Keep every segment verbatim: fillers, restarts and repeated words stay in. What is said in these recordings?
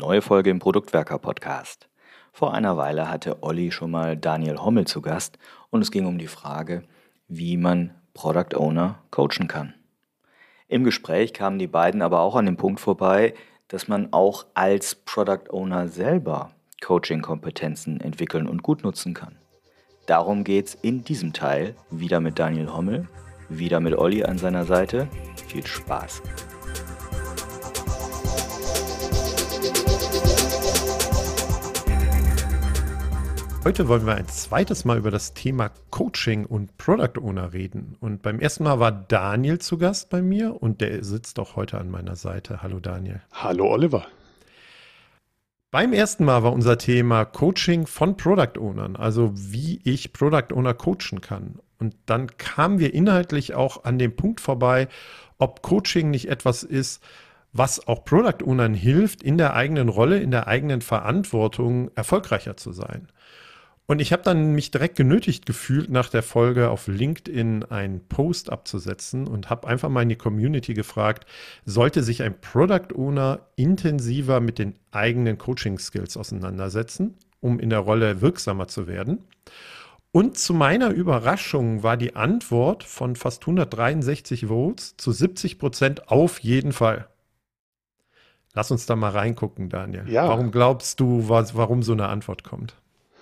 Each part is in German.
neue Folge im Produktwerker-Podcast. Vor einer Weile hatte Olli schon mal Daniel Hommel zu Gast und es ging um die Frage, wie man Product Owner coachen kann. Im Gespräch kamen die beiden aber auch an dem Punkt vorbei, dass man auch als Product Owner selber Coaching-Kompetenzen entwickeln und gut nutzen kann. Darum geht's in diesem Teil wieder mit Daniel Hommel, wieder mit Olli an seiner Seite. Viel Spaß! Heute wollen wir ein zweites Mal über das Thema Coaching und Product Owner reden. Und beim ersten Mal war Daniel zu Gast bei mir und der sitzt auch heute an meiner Seite. Hallo Daniel. Hallo Oliver. Beim ersten Mal war unser Thema Coaching von Product Ownern, also wie ich Product Owner coachen kann. Und dann kamen wir inhaltlich auch an dem Punkt vorbei, ob Coaching nicht etwas ist, was auch Product Ownern hilft, in der eigenen Rolle, in der eigenen Verantwortung erfolgreicher zu sein. Und ich habe dann mich direkt genötigt gefühlt, nach der Folge auf LinkedIn einen Post abzusetzen und habe einfach mal in die Community gefragt, sollte sich ein Product Owner intensiver mit den eigenen Coaching-Skills auseinandersetzen, um in der Rolle wirksamer zu werden? Und zu meiner Überraschung war die Antwort von fast hundertdreiundsechzig Votes zu siebzig Prozent auf jeden Fall. Lass uns da mal reingucken, Daniel. Ja. Warum glaubst du, was, warum so eine Antwort kommt?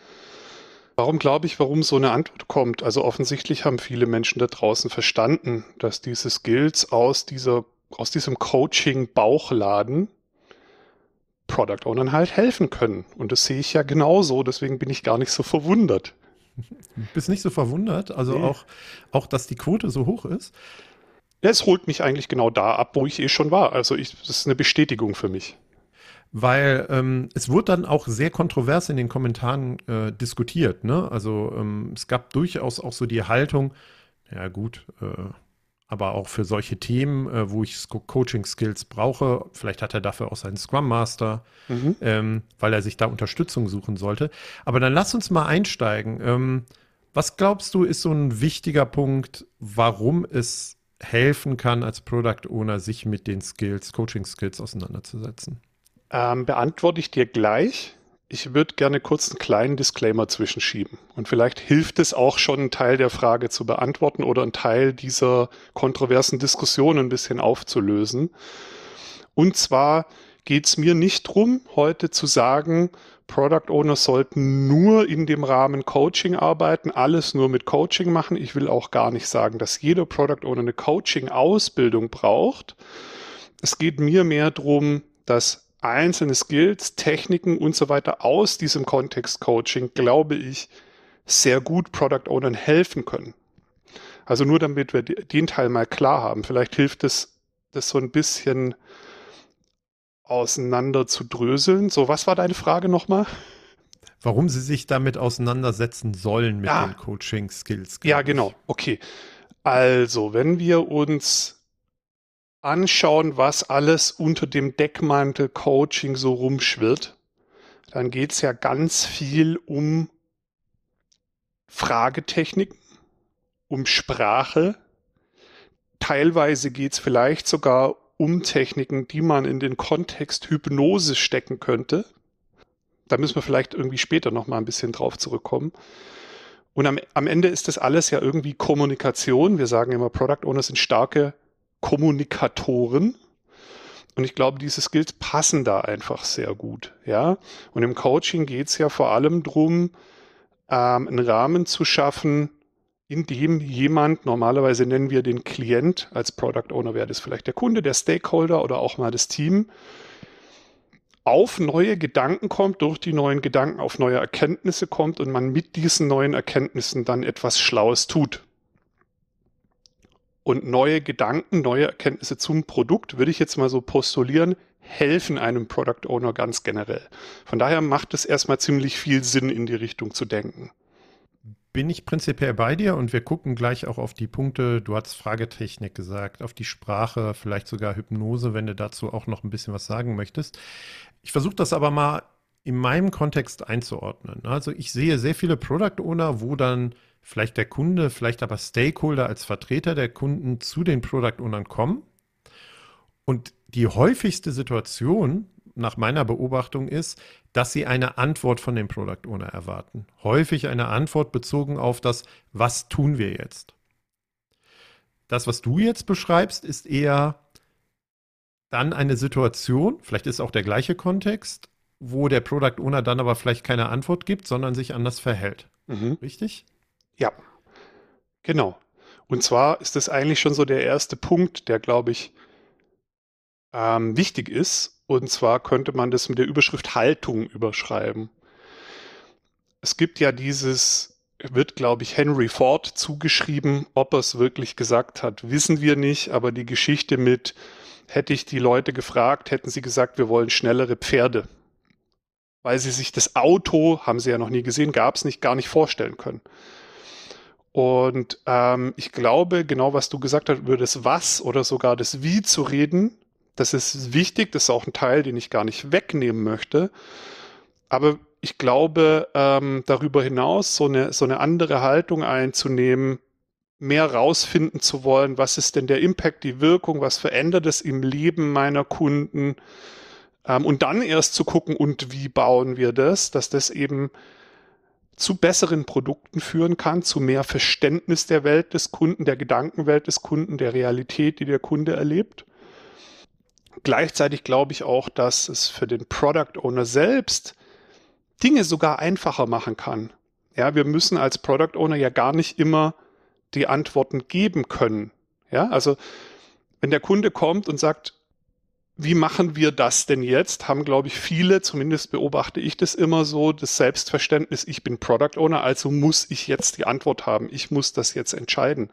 Warum glaube ich, warum so eine Antwort kommt? Also offensichtlich haben viele Menschen da draußen verstanden, dass diese Skills aus dieser, aus diesem Coaching-Bauchladen Product Ownern halt helfen können. Und das sehe ich ja genauso, deswegen bin ich gar nicht so verwundert. Du bist nicht so verwundert, also nee. auch, auch, dass die Quote so hoch ist? Ja, es holt mich eigentlich genau da ab, wo ich eh schon war. Also ich, das ist eine Bestätigung für mich. Weil ähm, es wurde dann auch sehr kontrovers in den Kommentaren äh, diskutiert, ne? Also ähm, es gab durchaus auch so die Haltung, ja gut, äh, aber auch für solche Themen, äh, wo ich Coaching-Skills brauche, vielleicht hat er dafür auch seinen Scrum Master, mhm. ähm, weil er sich da Unterstützung suchen sollte. Aber dann lass uns mal einsteigen. Ähm, was glaubst du, ist so ein wichtiger Punkt, warum es helfen kann, als Product Owner sich mit den Skills, Coaching-Skills auseinanderzusetzen? Ähm, beantworte ich dir gleich. Ich würde gerne kurz einen kleinen Disclaimer zwischenschieben. Und vielleicht hilft es auch schon, einen Teil der Frage zu beantworten oder einen Teil dieser kontroversen Diskussion ein bisschen aufzulösen. Und zwar geht es mir nicht darum, heute zu sagen, Product Owner sollten nur in dem Rahmen Coaching arbeiten, alles nur mit Coaching machen. Ich will auch gar nicht sagen, dass jeder Product Owner eine Coaching-Ausbildung braucht. Es geht mir mehr darum, dass einzelne Skills, Techniken und so weiter aus diesem Kontext Coaching, glaube ich, sehr gut Product Ownern helfen können. Also nur damit wir den Teil mal klar haben. Vielleicht hilft es, das so ein bisschen auseinander zu dröseln. So, was war deine Frage nochmal? Warum sie sich damit auseinandersetzen sollen mit ja. den Coaching-Skills. Ja, genau. Okay. Also, wenn wir uns anschauen, was alles unter dem Deckmantel Coaching so rumschwirrt, dann geht es ja ganz viel um Fragetechniken, um Sprache. Teilweise geht es vielleicht sogar um Techniken, die man in den Kontext Hypnose stecken könnte. Da müssen wir vielleicht irgendwie später nochmal ein bisschen drauf zurückkommen. Und am, am Ende ist das alles ja irgendwie Kommunikation. Wir sagen immer, Product Owner sind starke Kommunikatoren. Und ich glaube, diese Skills passen da einfach sehr gut. Ja? Und im Coaching geht es ja vor allem darum, ähm, einen Rahmen zu schaffen, in dem jemand, normalerweise nennen wir den Klient, als Product Owner wäre das vielleicht der Kunde, der Stakeholder oder auch mal das Team, auf neue Gedanken kommt, durch die neuen Gedanken auf neue Erkenntnisse kommt und man mit diesen neuen Erkenntnissen dann etwas Schlaues tut. Und neue Gedanken, neue Erkenntnisse zum Produkt, würde ich jetzt mal so postulieren, helfen einem Product Owner ganz generell. Von daher macht es erstmal ziemlich viel Sinn, in die Richtung zu denken. Bin ich prinzipiell bei dir und wir gucken gleich auch auf die Punkte, du hast Fragetechnik gesagt, auf die Sprache, vielleicht sogar Hypnose, wenn du dazu auch noch ein bisschen was sagen möchtest. Ich versuche das aber mal in meinem Kontext einzuordnen. Also ich sehe sehr viele Product Owner, wo dann vielleicht der Kunde, vielleicht aber Stakeholder als Vertreter der Kunden zu den Product Ownern kommen. Und die häufigste Situation, nach meiner Beobachtung ist, dass sie eine Antwort von dem Product Owner erwarten. Häufig eine Antwort bezogen auf das, was tun wir jetzt? Das, was du jetzt beschreibst, ist eher dann eine Situation, vielleicht ist auch der gleiche Kontext, wo der Product Owner dann aber vielleicht keine Antwort gibt, sondern sich anders verhält. Mhm. Richtig? Ja, genau. Und zwar ist das eigentlich schon so der erste Punkt, der, glaube ich, ähm, wichtig ist. Und zwar könnte man das mit der Überschrift Haltung überschreiben. Es gibt ja dieses, wird, glaube ich, Henry Ford zugeschrieben. Ob er es wirklich gesagt hat, wissen wir nicht. Aber die Geschichte mit, hätte ich die Leute gefragt, hätten sie gesagt, wir wollen schnellere Pferde. Weil sie sich das Auto, haben sie ja noch nie gesehen, gab es nicht, gar nicht vorstellen können. Und ähm, ich glaube, genau was du gesagt hast, über das Was oder sogar das Wie zu reden, das ist wichtig, das ist auch ein Teil, den ich gar nicht wegnehmen möchte. Aber ich glaube, ähm, darüber hinaus so eine, so eine andere Haltung einzunehmen, mehr rausfinden zu wollen, was ist denn der Impact, die Wirkung, was verändert es im Leben meiner Kunden, ähm, und dann erst zu gucken, und wie bauen wir das, dass das eben zu besseren Produkten führen kann, zu mehr Verständnis der Welt des Kunden, der Gedankenwelt des Kunden, der Realität, die der Kunde erlebt. Gleichzeitig glaube ich auch, dass es für den Product Owner selbst Dinge sogar einfacher machen kann. Ja, wir müssen als Product Owner ja gar nicht immer die Antworten geben können. Ja, also wenn der Kunde kommt und sagt, wie machen wir das denn jetzt, haben, glaube ich, viele, zumindest beobachte ich das immer so, das Selbstverständnis, ich bin Product Owner, also muss ich jetzt die Antwort haben, ich muss das jetzt entscheiden.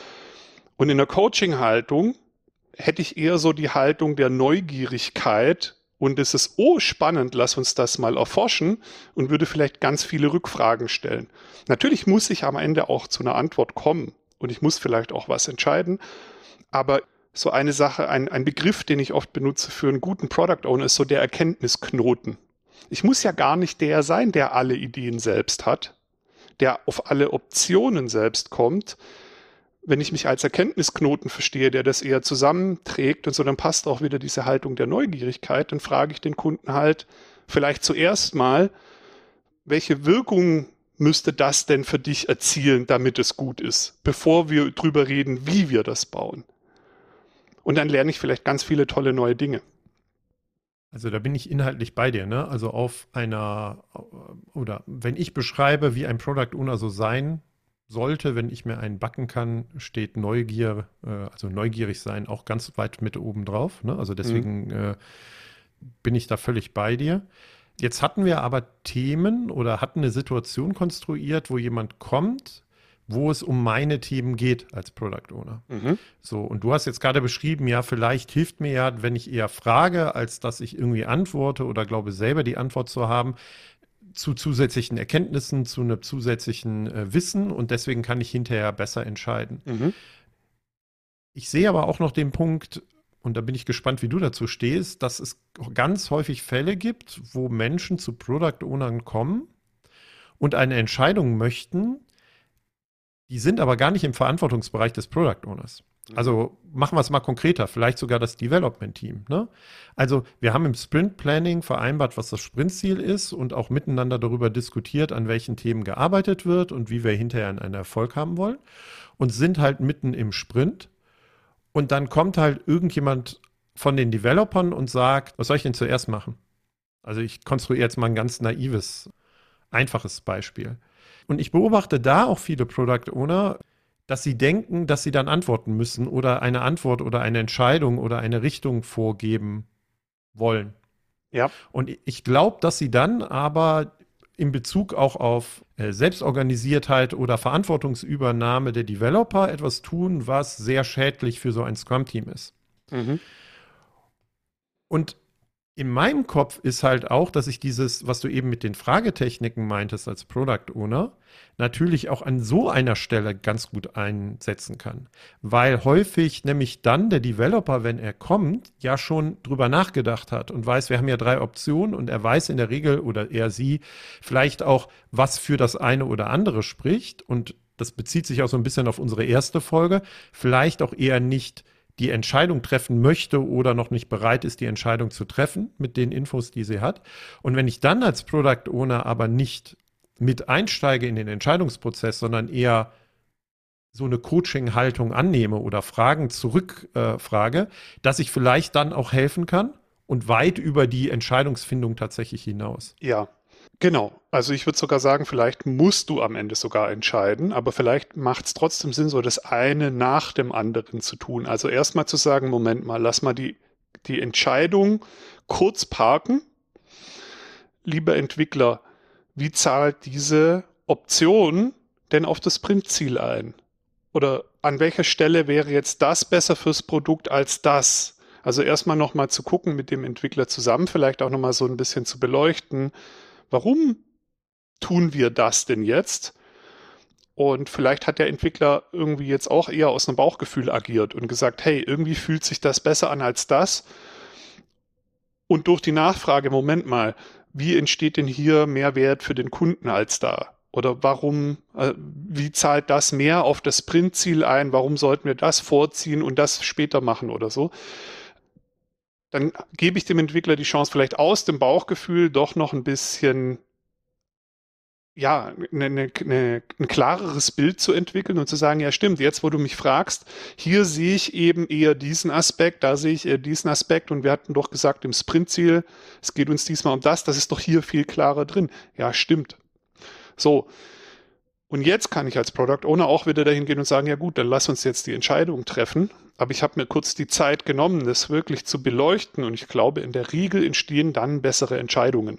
Und in der Coaching-Haltung hätte ich eher so die Haltung der Neugierigkeit und es ist, oh, spannend, lass uns das mal erforschen, und würde vielleicht ganz viele Rückfragen stellen. Natürlich muss ich am Ende auch zu einer Antwort kommen und ich muss vielleicht auch was entscheiden, aber so eine Sache, ein, ein Begriff, den ich oft benutze für einen guten Product Owner, ist so der Erkenntnisknoten. Ich muss ja gar nicht der sein, der alle Ideen selbst hat, der auf alle Optionen selbst kommt. Wenn ich mich als Erkenntnisknoten verstehe, der das eher zusammenträgt und so, dann passt auch wieder diese Haltung der Neugierigkeit, dann frage ich den Kunden halt vielleicht zuerst mal, welche Wirkung müsste das denn für dich erzielen, damit es gut ist, bevor wir drüber reden, wie wir das bauen. Und dann lerne ich vielleicht ganz viele tolle neue Dinge. Also da bin ich inhaltlich bei dir, ne? Also auf einer, oder wenn ich beschreibe, wie ein Product Owner so sein sollte, wenn ich mir einen backen kann, steht Neugier, also neugierig sein, auch ganz weit mit oben drauf, ne? Also deswegen mhm. äh, bin ich da völlig bei dir. Jetzt hatten wir aber Themen oder hatten eine Situation konstruiert, wo jemand kommt, wo es um meine Themen geht als Product Owner. Mhm. So, und du hast jetzt gerade beschrieben, ja, vielleicht hilft mir ja, wenn ich eher frage, als dass ich irgendwie antworte oder glaube selber die Antwort zu haben, zu zusätzlichen Erkenntnissen, zu einem zusätzlichen äh, Wissen, und deswegen kann ich hinterher besser entscheiden. Mhm. Ich sehe aber auch noch den Punkt, und da bin ich gespannt, wie du dazu stehst, dass es ganz häufig Fälle gibt, wo Menschen zu Product Ownern kommen und eine Entscheidung möchten, die sind aber gar nicht im Verantwortungsbereich des Product Owners. Also machen wir es mal konkreter, vielleicht sogar das Development-Team. Ne? Also wir haben im Sprint-Planning vereinbart, was das Sprintziel ist, und auch miteinander darüber diskutiert, an welchen Themen gearbeitet wird und wie wir hinterher einen Erfolg haben wollen, und sind halt mitten im Sprint. Und dann kommt halt irgendjemand von den Developern und sagt, was soll ich denn zuerst machen? Also ich konstruiere jetzt mal ein ganz naives, einfaches Beispiel. Und ich beobachte da auch viele Product Owner, dass sie denken, dass sie dann antworten müssen oder eine Antwort oder eine Entscheidung oder eine Richtung vorgeben wollen. Ja. Und ich glaube, dass sie dann aber in Bezug auch auf äh, Selbstorganisiertheit oder Verantwortungsübernahme der Developer etwas tun, was sehr schädlich für so ein Scrum-Team ist. Mhm. Und in meinem Kopf ist halt auch, dass ich dieses, was du eben mit den Fragetechniken meintest als Product Owner, natürlich auch an so einer Stelle ganz gut einsetzen kann. Weil häufig nämlich dann der Developer, wenn er kommt, ja schon drüber nachgedacht hat und weiß, wir haben ja drei Optionen, und er weiß in der Regel, oder er, sie, vielleicht auch, was für das eine oder andere spricht, und das bezieht sich auch so ein bisschen auf unsere erste Folge, vielleicht auch eher nicht die Entscheidung treffen möchte oder noch nicht bereit ist, die Entscheidung zu treffen mit den Infos, die sie hat. Und wenn ich dann als Product Owner aber nicht mit einsteige in den Entscheidungsprozess, sondern eher so eine Coaching-Haltung annehme oder Fragen zurückfrage, äh, dass ich vielleicht dann auch helfen kann und weit über die Entscheidungsfindung tatsächlich hinaus. Ja, genau. Also ich würde sogar sagen, vielleicht musst du am Ende sogar entscheiden, aber vielleicht macht es trotzdem Sinn, so das eine nach dem anderen zu tun. Also erstmal zu sagen, Moment mal, lass mal die, die Entscheidung kurz parken. Lieber Entwickler, wie zahlt diese Option denn auf das Sprintziel ein? Oder an welcher Stelle wäre jetzt das besser fürs Produkt als das? Also erstmal nochmal zu gucken mit dem Entwickler zusammen, vielleicht auch nochmal so ein bisschen zu beleuchten, warum tun wir das denn jetzt? Und vielleicht hat der Entwickler irgendwie jetzt auch eher aus einem Bauchgefühl agiert und gesagt, hey, irgendwie fühlt sich das besser an als das. Und durch die Nachfrage, Moment mal, wie entsteht denn hier mehr Wert für den Kunden als da? Oder warum, äh, wie zahlt das mehr auf das Sprintziel ein? Warum sollten wir das vorziehen und das später machen oder so? Dann gebe ich dem Entwickler die Chance, vielleicht aus dem Bauchgefühl doch noch ein bisschen, ja, ne, ne, ne, ein klareres Bild zu entwickeln und zu sagen, ja stimmt, jetzt wo du mich fragst, hier sehe ich eben eher diesen Aspekt, da sehe ich eher diesen Aspekt und wir hatten doch gesagt im Sprintziel, es geht uns diesmal um das, das ist doch hier viel klarer drin. Ja, stimmt. So, und jetzt kann ich als Product Owner auch wieder dahin gehen und sagen, ja gut, dann lass uns jetzt die Entscheidung treffen. Aber ich habe mir kurz die Zeit genommen, das wirklich zu beleuchten und ich glaube, in der Regel entstehen dann bessere Entscheidungen.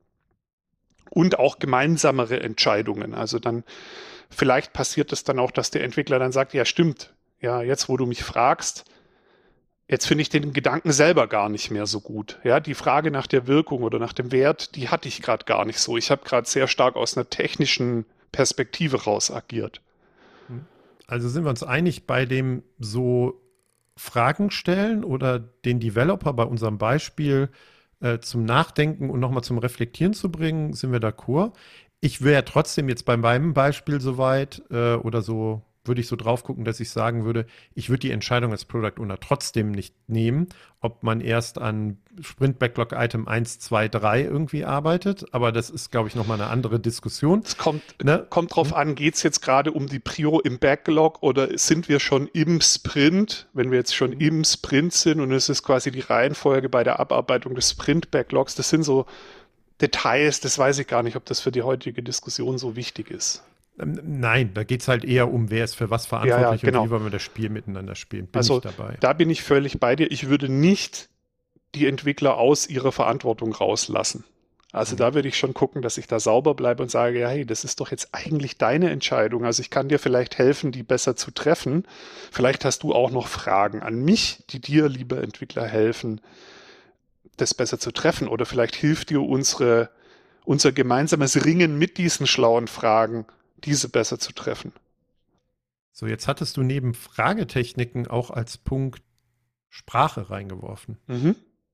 Und auch gemeinsamere Entscheidungen. Also dann, vielleicht passiert es dann auch, dass der Entwickler dann sagt, ja stimmt, ja jetzt wo du mich fragst, jetzt finde ich den Gedanken selber gar nicht mehr so gut. Ja, die Frage nach der Wirkung oder nach dem Wert, die hatte ich gerade gar nicht so. Ich habe gerade sehr stark aus einer technischen Perspektive raus agiert. Also sind wir uns einig bei dem so Fragen stellen oder den Developer bei unserem Beispiel äh, zum Nachdenken und nochmal zum Reflektieren zu bringen, sind wir d'accord. Ich wäre trotzdem jetzt bei meinem Beispiel soweit äh, oder so, würde ich so drauf gucken, dass ich sagen würde, ich würde die Entscheidung als Product Owner trotzdem nicht nehmen, ob man erst an Sprint Backlog Item eins, zwei, drei irgendwie arbeitet, aber das ist, glaube ich, nochmal eine andere Diskussion. Es kommt, ne? kommt drauf an, geht es jetzt gerade um die Prio im Backlog oder sind wir schon im Sprint, wenn wir jetzt schon im Sprint sind und es ist quasi die Reihenfolge bei der Abarbeitung des Sprint Backlogs, das sind so Details, das weiß ich gar nicht, ob das für die heutige Diskussion so wichtig ist. Nein, da geht es halt eher um, wer ist für was verantwortlich, ja, ja, genau. Und wie wollen wir das Spiel miteinander spielen. Bin also ich dabei. Da bin ich völlig bei dir. Ich würde nicht die Entwickler aus ihrer Verantwortung rauslassen. Also mhm. da würde ich schon gucken, dass ich da sauber bleibe und sage, ja, hey, das ist doch jetzt eigentlich deine Entscheidung. Also ich kann dir vielleicht helfen, die besser zu treffen. Vielleicht hast du auch noch Fragen an mich, die dir, lieber Entwickler, helfen, das besser zu treffen. Oder vielleicht hilft dir unsere, unser gemeinsames Ringen mit diesen schlauen Fragen, diese besser zu treffen. So, jetzt hattest du neben Fragetechniken auch als Punkt Sprache reingeworfen. Mhm.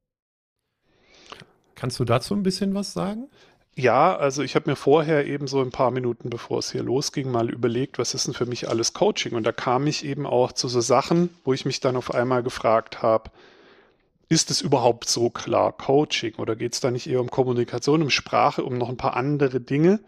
Kannst du dazu ein bisschen was sagen? Ja, also ich habe mir vorher eben so ein paar Minuten, bevor es hier losging, mal überlegt, was ist denn für mich alles Coaching? Und da kam ich eben auch zu so Sachen, wo ich mich dann auf einmal gefragt habe, ist es überhaupt so klar Coaching? Oder geht es da nicht eher um Kommunikation, um Sprache, um noch ein paar andere Dinge?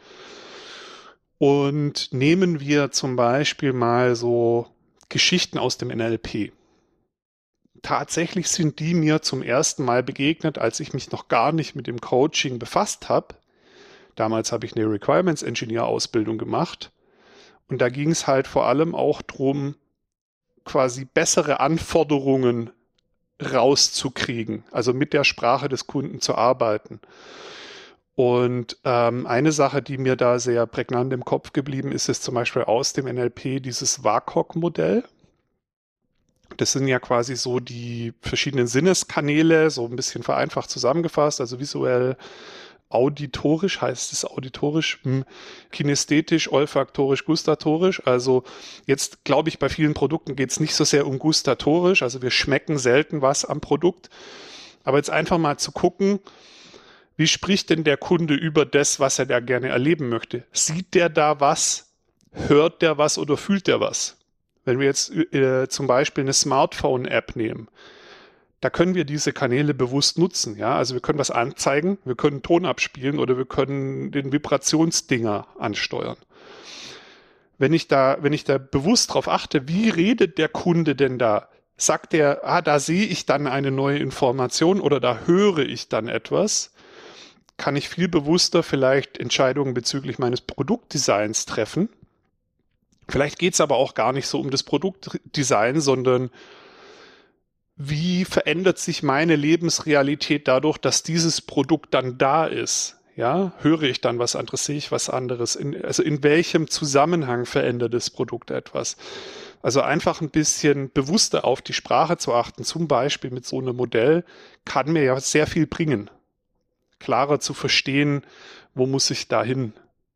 Und nehmen wir zum Beispiel mal so Geschichten aus dem N L P. Tatsächlich sind die mir zum ersten Mal begegnet, als ich mich noch gar nicht mit dem Coaching befasst habe. Damals habe ich eine Requirements Engineer Ausbildung gemacht. Und da ging es halt vor allem auch darum, quasi bessere Anforderungen rauszukriegen, also mit der Sprache des Kunden zu arbeiten. Und ähm, eine Sache, die mir da sehr prägnant im Kopf geblieben ist, ist zum Beispiel aus dem N L P dieses W A C O G-Modell. Das sind ja quasi so die verschiedenen Sinneskanäle, so ein bisschen vereinfacht zusammengefasst, also visuell, auditorisch, heißt es auditorisch, hm, kinästhetisch, olfaktorisch, gustatorisch. Also jetzt glaube ich, bei vielen Produkten geht es nicht so sehr um gustatorisch, also wir schmecken selten was am Produkt. Aber jetzt einfach mal zu gucken, wie spricht denn der Kunde über das, was er da gerne erleben möchte? Sieht der da was? Hört der was oder fühlt der was? Wenn wir jetzt äh, zum Beispiel eine Smartphone-App nehmen, da können wir diese Kanäle bewusst nutzen. Ja? Also wir können was anzeigen, wir können Ton abspielen oder wir können den Vibrationsdinger ansteuern. Wenn ich da, wenn ich da bewusst darauf achte, wie redet der Kunde denn da? Sagt der, ah, da sehe ich dann eine neue Information oder da höre ich dann etwas, kann ich viel bewusster vielleicht Entscheidungen bezüglich meines Produktdesigns treffen. Vielleicht geht es aber auch gar nicht so um das Produktdesign, sondern wie verändert sich meine Lebensrealität dadurch, dass dieses Produkt dann da ist? Ja, höre ich dann was anderes, sehe ich was anderes? In, also in welchem Zusammenhang verändert das Produkt etwas? Also einfach ein bisschen bewusster auf die Sprache zu achten, zum Beispiel mit so einem Modell, kann mir ja sehr viel bringen. Klarer zu verstehen, wo muss ich da hin?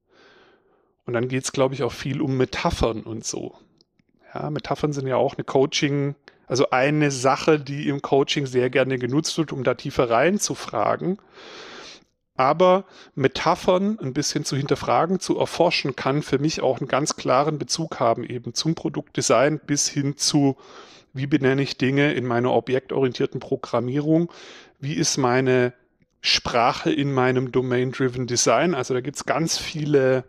Und dann geht es, glaube ich, auch viel um Metaphern und so. Ja, Metaphern sind ja auch eine Coaching, also eine Sache, die im Coaching sehr gerne genutzt wird, um da tiefer reinzufragen. Aber Metaphern ein bisschen zu hinterfragen, zu erforschen, kann für mich auch einen ganz klaren Bezug haben, eben zum Produktdesign bis hin zu, wie benenne ich Dinge in meiner objektorientierten Programmierung, wie ist meine Sprache in meinem Domain-Driven Design. Also da gibt es ganz viele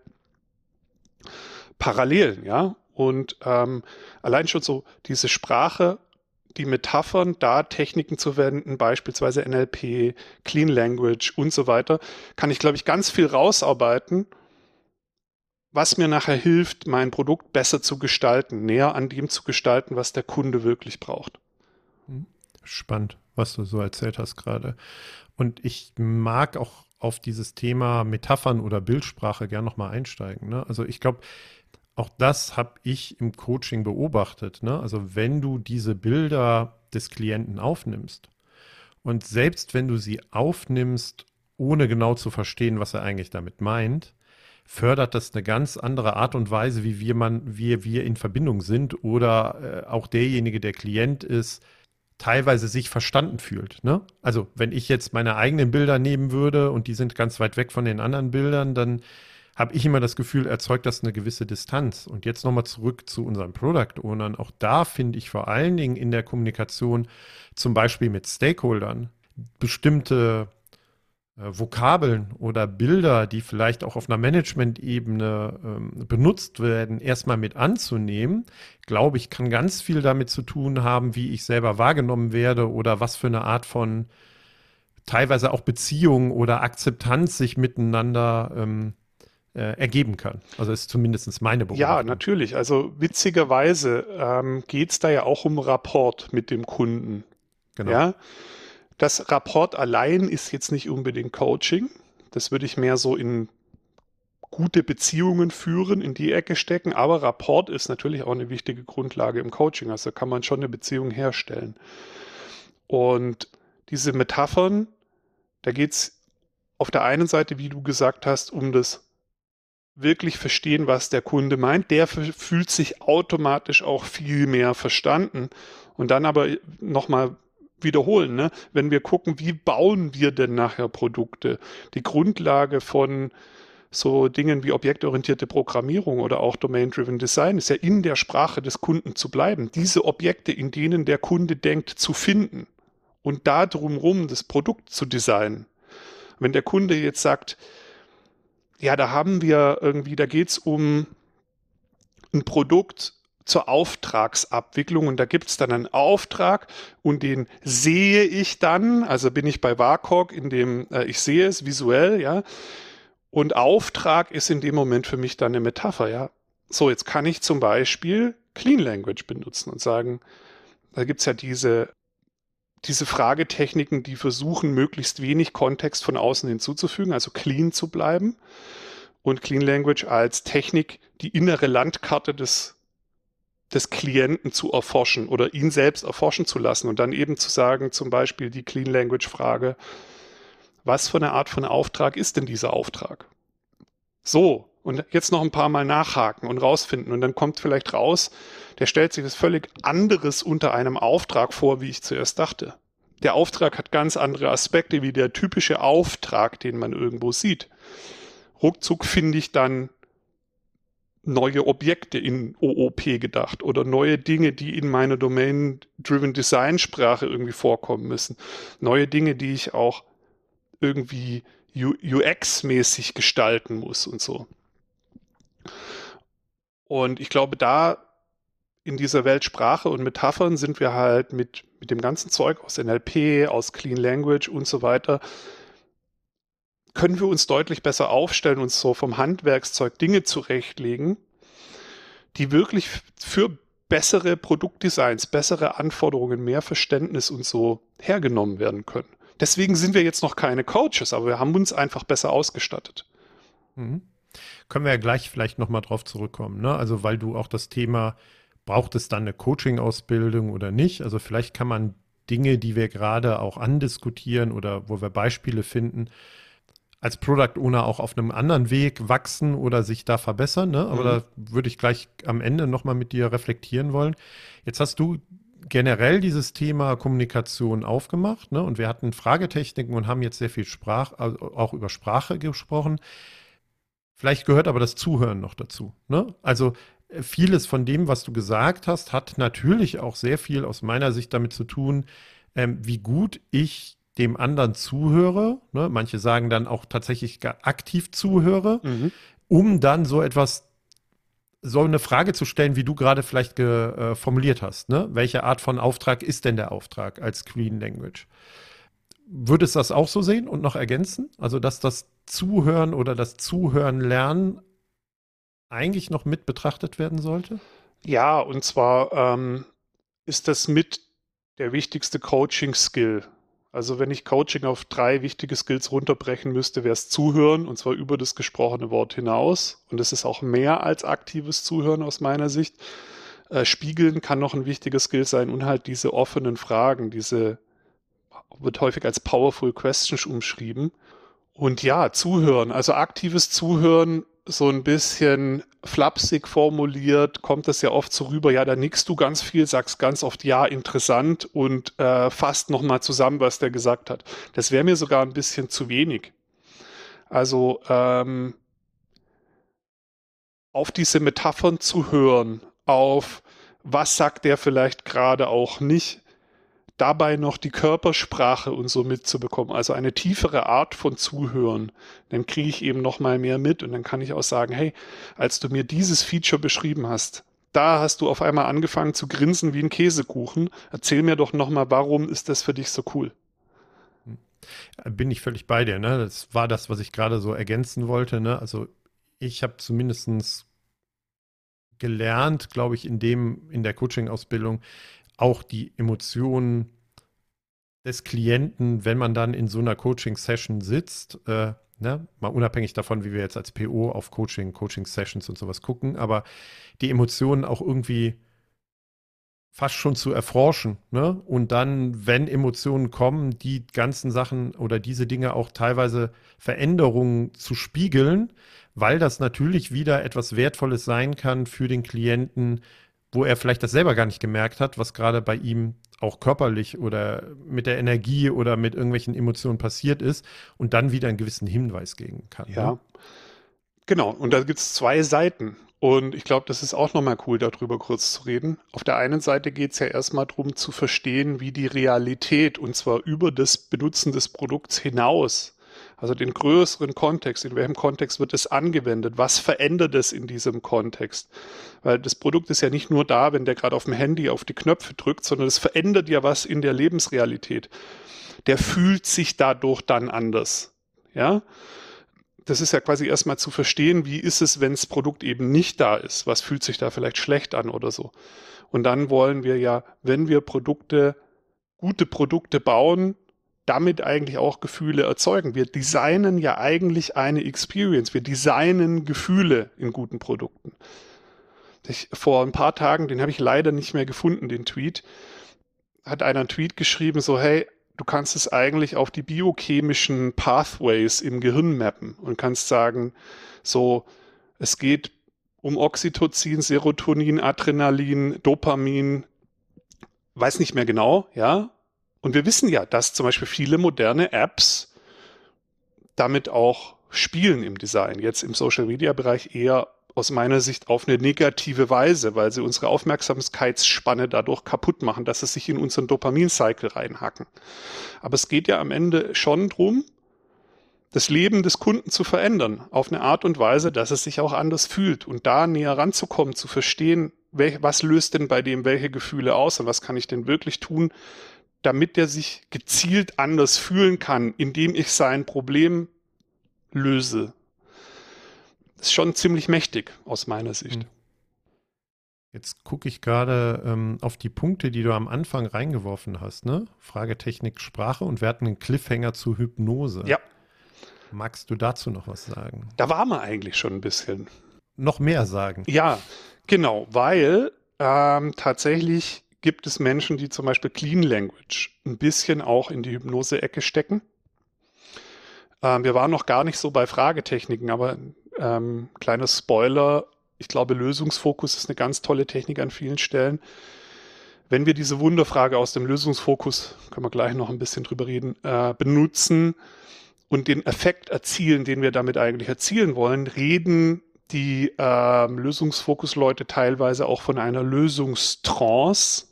Parallelen, ja. Und ähm, allein schon so diese Sprache, die Metaphern, da Techniken zu verwenden, beispielsweise N L P, Clean Language und so weiter, kann ich, glaube ich, ganz viel rausarbeiten, was mir nachher hilft, mein Produkt besser zu gestalten, näher an dem zu gestalten, was der Kunde wirklich braucht. Spannend, was du so erzählt hast gerade. Und ich mag auch auf dieses Thema Metaphern oder Bildsprache gern nochmal einsteigen. Ne? Also ich glaube, auch das habe ich im Coaching beobachtet. Ne? Also wenn du diese Bilder des Klienten aufnimmst und selbst wenn du sie aufnimmst, ohne genau zu verstehen, was er eigentlich damit meint, fördert das eine ganz andere Art und Weise, wie wir, man, wie wir in Verbindung sind oder äh, auch derjenige, der Klient ist, teilweise sich verstanden fühlt. Ne? Also wenn ich jetzt meine eigenen Bilder nehmen würde und die sind ganz weit weg von den anderen Bildern, dann habe ich immer das Gefühl, erzeugt das eine gewisse Distanz. Und jetzt nochmal zurück zu unseren Product Ownern. Auch da finde ich vor allen Dingen in der Kommunikation, zum Beispiel mit Stakeholdern, bestimmte äh, Vokabeln oder Bilder, die vielleicht auch auf einer Management-Ebene ähm, benutzt werden, erstmal mit anzunehmen, glaube ich, kann ganz viel damit zu tun haben, wie ich selber wahrgenommen werde oder was für eine Art von teilweise auch Beziehung oder Akzeptanz sich miteinander ähm, Äh, ergeben kann. Also ist zumindest meine Beobachtung. Ja, natürlich. Also witzigerweise ähm, geht es da ja auch um Rapport mit dem Kunden. Genau. Ja? Das Rapport allein ist jetzt nicht unbedingt Coaching. Das würde ich mehr so in gute Beziehungen führen, in die Ecke stecken. Aber Rapport ist natürlich auch eine wichtige Grundlage im Coaching. Also kann man schon eine Beziehung herstellen. Und diese Metaphern, da geht es auf der einen Seite, wie du gesagt hast, um das wirklich verstehen, was der Kunde meint. Der fühlt sich automatisch auch viel mehr verstanden. Und dann aber nochmal wiederholen, ne? Wenn wir gucken, wie bauen wir denn nachher Produkte? Die Grundlage von so Dingen wie objektorientierte Programmierung oder auch Domain-Driven Design ist ja in der Sprache des Kunden zu bleiben. Diese Objekte, in denen der Kunde denkt, zu finden und da drumherum das Produkt zu designen. Wenn der Kunde jetzt sagt, ja, da haben wir irgendwie, da geht es um ein Produkt zur Auftragsabwicklung und da gibt es dann einen Auftrag und den sehe ich dann, also bin ich bei WACOG, in dem äh, ich sehe es visuell, ja, und Auftrag ist in dem Moment für mich dann eine Metapher, ja. So, jetzt kann ich zum Beispiel Clean Language benutzen und sagen, da gibt es ja diese diese Fragetechniken, die versuchen, möglichst wenig Kontext von außen hinzuzufügen, also clean zu bleiben. Und Clean Language als Technik, die innere Landkarte des, des Klienten zu erforschen oder ihn selbst erforschen zu lassen und dann eben zu sagen, zum Beispiel die Clean Language Frage, was für eine Art von Auftrag ist denn dieser Auftrag? So, und jetzt noch ein paar Mal nachhaken und rausfinden und dann kommt vielleicht raus, der stellt sich was völlig anderes unter einem Auftrag vor, wie ich zuerst dachte. Der Auftrag hat ganz andere Aspekte wie der typische Auftrag, den man irgendwo sieht. Ruckzuck finde ich dann neue Objekte in O O P gedacht oder neue Dinge, die in meiner Domain-Driven Design-Sprache irgendwie vorkommen müssen. Neue Dinge, die ich auch irgendwie U X-mäßig gestalten muss und so. Und ich glaube, da in dieser Welt Sprache und Metaphern sind wir halt mit, mit dem ganzen Zeug aus N L P, aus Clean Language und so weiter, können wir uns deutlich besser aufstellen, uns so vom Handwerkszeug Dinge zurechtlegen, die wirklich für bessere Produktdesigns, bessere Anforderungen, mehr Verständnis und so hergenommen werden können. Deswegen sind wir jetzt noch keine Coaches, aber wir haben uns einfach besser ausgestattet. Mhm. Können wir ja gleich vielleicht nochmal drauf zurückkommen, ne? Also weil du auch das Thema, braucht es dann eine Coaching-Ausbildung oder nicht? Also vielleicht kann man Dinge, die wir gerade auch andiskutieren oder wo wir Beispiele finden, als Product Owner auch auf einem anderen Weg wachsen oder sich da verbessern, ne? Aber mhm. da würde ich gleich am Ende nochmal mit dir reflektieren wollen. Jetzt hast du generell dieses Thema Kommunikation aufgemacht, ne? Und wir hatten Fragetechniken und haben jetzt sehr viel Sprach, also auch über Sprache gesprochen. Vielleicht gehört aber das Zuhören noch dazu, ne? Also vieles von dem, was du gesagt hast, hat natürlich auch sehr viel aus meiner Sicht damit zu tun, ähm, wie gut ich dem anderen zuhöre, ne? Manche sagen dann auch tatsächlich gar aktiv zuhöre, mhm. um dann so etwas, so eine Frage zu stellen, wie du gerade vielleicht ge, äh, formuliert hast, ne? Welche Art von Auftrag ist denn der Auftrag als Clean Language? Würdest du das auch so sehen und noch ergänzen? Also, dass das Zuhören oder das Zuhören lernen eigentlich noch mit betrachtet werden sollte? Ja, und zwar ähm, ist das mit der wichtigste Coaching-Skill. Also wenn ich Coaching auf drei wichtige Skills runterbrechen müsste, wäre es Zuhören, und zwar über das gesprochene Wort hinaus. Und das ist auch mehr als aktives Zuhören aus meiner Sicht. Äh, Spiegeln kann noch ein wichtiger Skill sein und halt diese offenen Fragen, diese wird häufig als Powerful Questions umschrieben. Und ja, Zuhören, also aktives Zuhören, so ein bisschen flapsig formuliert, kommt das ja oft so rüber, ja, da nickst du ganz viel, sagst ganz oft, ja, interessant und äh, fasst nochmal zusammen, was der gesagt hat. Das wäre mir sogar ein bisschen zu wenig. Also ähm, auf diese Metaphern zu hören, auf was sagt der vielleicht gerade auch nicht, dabei noch die Körpersprache und so mitzubekommen, also eine tiefere Art von Zuhören, dann kriege ich eben noch mal mehr mit und dann kann ich auch sagen, hey, als du mir dieses Feature beschrieben hast, da hast du auf einmal angefangen zu grinsen wie ein Käsekuchen. Erzähl mir doch noch mal, warum ist das für dich so cool? Bin ich völlig bei dir, ne? Das war das, was ich gerade so ergänzen wollte, ne? Also ich habe zumindest gelernt, glaube ich, in dem, in der Coaching-Ausbildung, auch die Emotionen des Klienten, wenn man dann in so einer Coaching-Session sitzt, äh, ne, mal unabhängig davon, wie wir jetzt als P O auf Coaching, Coaching-Sessions und sowas gucken, aber die Emotionen auch irgendwie fast schon zu erforschen, ne? Und dann, wenn Emotionen kommen, die ganzen Sachen oder diese Dinge auch teilweise Veränderungen zu spiegeln, weil das natürlich wieder etwas Wertvolles sein kann für den Klienten, wo er vielleicht das selber gar nicht gemerkt hat, was gerade bei ihm auch körperlich oder mit der Energie oder mit irgendwelchen Emotionen passiert ist und dann wieder einen gewissen Hinweis geben kann. Ja, ne? Genau. Und da gibt es zwei Seiten. Und ich glaube, das ist auch nochmal cool, darüber kurz zu reden. Auf der einen Seite geht es ja erstmal darum zu verstehen, wie die Realität, und zwar über das Benutzen des Produkts hinaus, also den größeren Kontext, in welchem Kontext wird es angewendet, was verändert es in diesem Kontext? Weil das Produkt ist ja nicht nur da, wenn der gerade auf dem Handy auf die Knöpfe drückt, sondern es verändert ja was in der Lebensrealität. Der fühlt sich dadurch dann anders. Ja? Das ist ja quasi erstmal zu verstehen, wie ist es, wenn das Produkt eben nicht da ist? Was fühlt sich da vielleicht schlecht an oder so? Und dann wollen wir ja, wenn wir Produkte, gute Produkte bauen, damit eigentlich auch Gefühle erzeugen. Wir designen ja eigentlich eine Experience. Wir designen Gefühle in guten Produkten. Ich, vor ein paar Tagen, den habe ich leider nicht mehr gefunden, den Tweet, hat einer einen Tweet geschrieben, so hey, du kannst es eigentlich auf die biochemischen Pathways im Gehirn mappen und kannst sagen, so, es geht um Oxytocin, Serotonin, Adrenalin, Dopamin, weiß nicht mehr genau, ja. Und wir wissen ja, dass zum Beispiel viele moderne Apps damit auch spielen im Design. Jetzt im Social-Media-Bereich eher aus meiner Sicht auf eine negative Weise, weil sie unsere Aufmerksamkeitsspanne dadurch kaputt machen, dass sie sich in unseren Dopamin-Cycle reinhacken. Aber es geht ja am Ende schon drum, das Leben des Kunden zu verändern, auf eine Art und Weise, dass es sich auch anders fühlt und da näher ranzukommen, zu verstehen, welch, was löst denn bei dem welche Gefühle aus und was kann ich denn wirklich tun, damit der sich gezielt anders fühlen kann, indem ich sein Problem löse. Das ist schon ziemlich mächtig aus meiner Sicht. Jetzt gucke ich gerade ähm, auf die Punkte, die du am Anfang reingeworfen hast, ne? Frage, Technik, Sprache, und wir hatten einen Cliffhanger zu Hypnose. Ja. Magst du dazu noch was sagen? Da waren wir eigentlich schon ein bisschen. Noch mehr sagen? Ja, genau, weil ähm, tatsächlich gibt es Menschen, die zum Beispiel Clean Language ein bisschen auch in die Hypnose-Ecke stecken. Ähm, wir waren noch gar nicht so bei Fragetechniken, aber ähm, kleiner Spoiler, ich glaube, Lösungsfokus ist eine ganz tolle Technik an vielen Stellen. Wenn wir diese Wunderfrage aus dem Lösungsfokus, können wir gleich noch ein bisschen drüber reden, äh, benutzen und den Effekt erzielen, den wir damit eigentlich erzielen wollen, reden die äh, Lösungsfokus-Leute teilweise auch von einer Lösungstrance.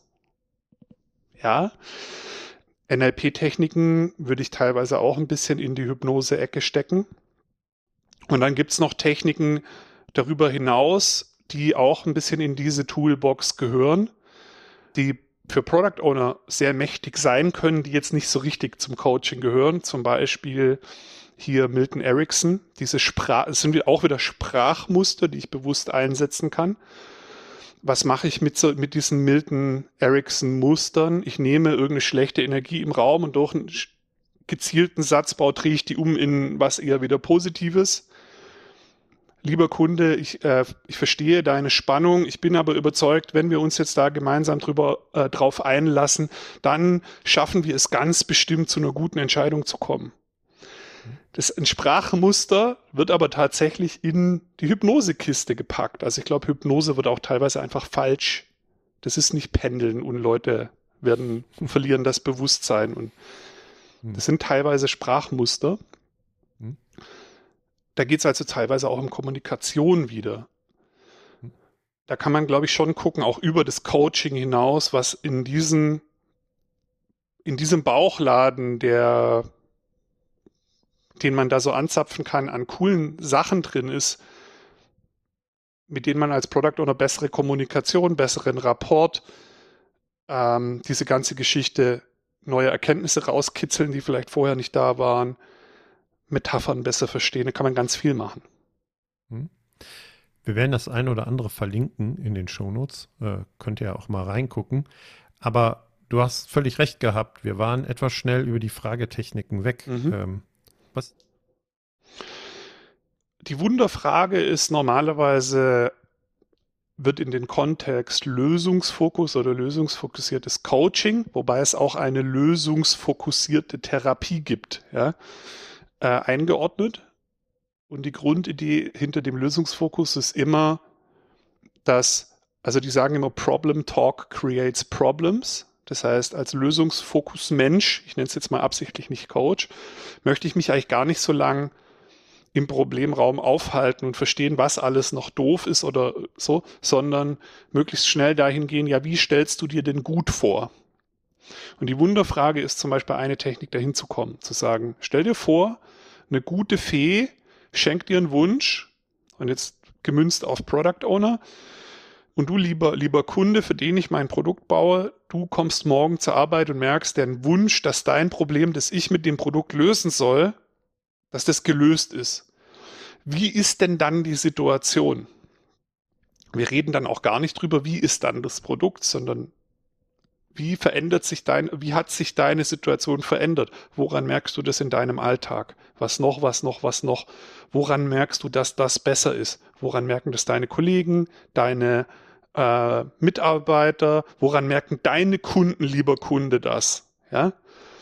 Ja, N L P-Techniken würde ich teilweise auch ein bisschen in die Hypnose-Ecke stecken. Und dann gibt es noch Techniken darüber hinaus, die auch ein bisschen in diese Toolbox gehören, die für Product Owner sehr mächtig sein können, die jetzt nicht so richtig zum Coaching gehören. Zum Beispiel hier Milton Erickson. Diese Sprach, es sind auch wieder Sprachmuster, die ich bewusst einsetzen kann. Was mache ich mit, so, mit diesen Milton Erickson Mustern? Ich nehme irgendeine schlechte Energie im Raum und durch einen gezielten Satzbau drehe ich die um in was eher wieder Positives. Lieber Kunde, ich, äh, ich verstehe deine Spannung, ich bin aber überzeugt, wenn wir uns jetzt da gemeinsam drüber, äh, drauf einlassen, dann schaffen wir es ganz bestimmt, zu einer guten Entscheidung zu kommen. Das ein Sprachmuster wird aber tatsächlich in die Hypnosekiste gepackt. Also ich glaube, Hypnose wird auch teilweise einfach falsch. Das ist nicht Pendeln und Leute werden verlieren das Bewusstsein. Und das sind teilweise Sprachmuster. Da geht es also teilweise auch um Kommunikation wieder. Da kann man, glaube ich, schon gucken, auch über das Coaching hinaus, was in diesen, in diesem Bauchladen, der, den man da so anzapfen kann, an coolen Sachen drin ist, mit denen man als Product Owner bessere Kommunikation, besseren Rapport, ähm, diese ganze Geschichte, neue Erkenntnisse rauskitzeln, die vielleicht vorher nicht da waren, Metaphern besser verstehen, da kann man ganz viel machen. Wir werden das ein oder andere verlinken in den Shownotes, äh, könnt ihr auch mal reingucken, aber du hast völlig recht gehabt, wir waren etwas schnell über die Fragetechniken weg. Mhm. Ähm, was? Die Wunderfrage ist normalerweise, wird in den Kontext Lösungsfokus oder lösungsfokussiertes Coaching, wobei es auch eine lösungsfokussierte Therapie gibt, ja, äh, eingeordnet. Und die Grundidee hinter dem Lösungsfokus ist immer, dass, also die sagen immer, Problem Talk creates Problems. Das heißt, als Lösungsfokus-Mensch, ich nenne es jetzt mal absichtlich nicht Coach, möchte ich mich eigentlich gar nicht so lang im Problemraum aufhalten und verstehen, was alles noch doof ist oder so, sondern möglichst schnell dahin gehen, ja, wie stellst du dir denn gut vor? Und die Wunderfrage ist zum Beispiel eine Technik, dahin zu kommen, zu sagen, stell dir vor, eine gute Fee schenkt dir einen Wunsch, und jetzt gemünzt auf Product Owner, und du, lieber, lieber Kunde, für den ich mein Produkt baue, du kommst morgen zur Arbeit und merkst, der Wunsch, dass dein Problem, das ich mit dem Produkt lösen soll, dass das gelöst ist. Wie ist denn dann die Situation? Wir reden dann auch gar nicht drüber, wie ist dann das Produkt, sondern wie verändert sich dein, wie hat sich deine Situation verändert? Woran merkst du das in deinem Alltag? Was noch, was noch, was noch? Woran merkst du, dass das besser ist? Woran merken das deine Kollegen, deine äh, Mitarbeiter? Woran merken deine Kunden, lieber Kunde, das? Ja?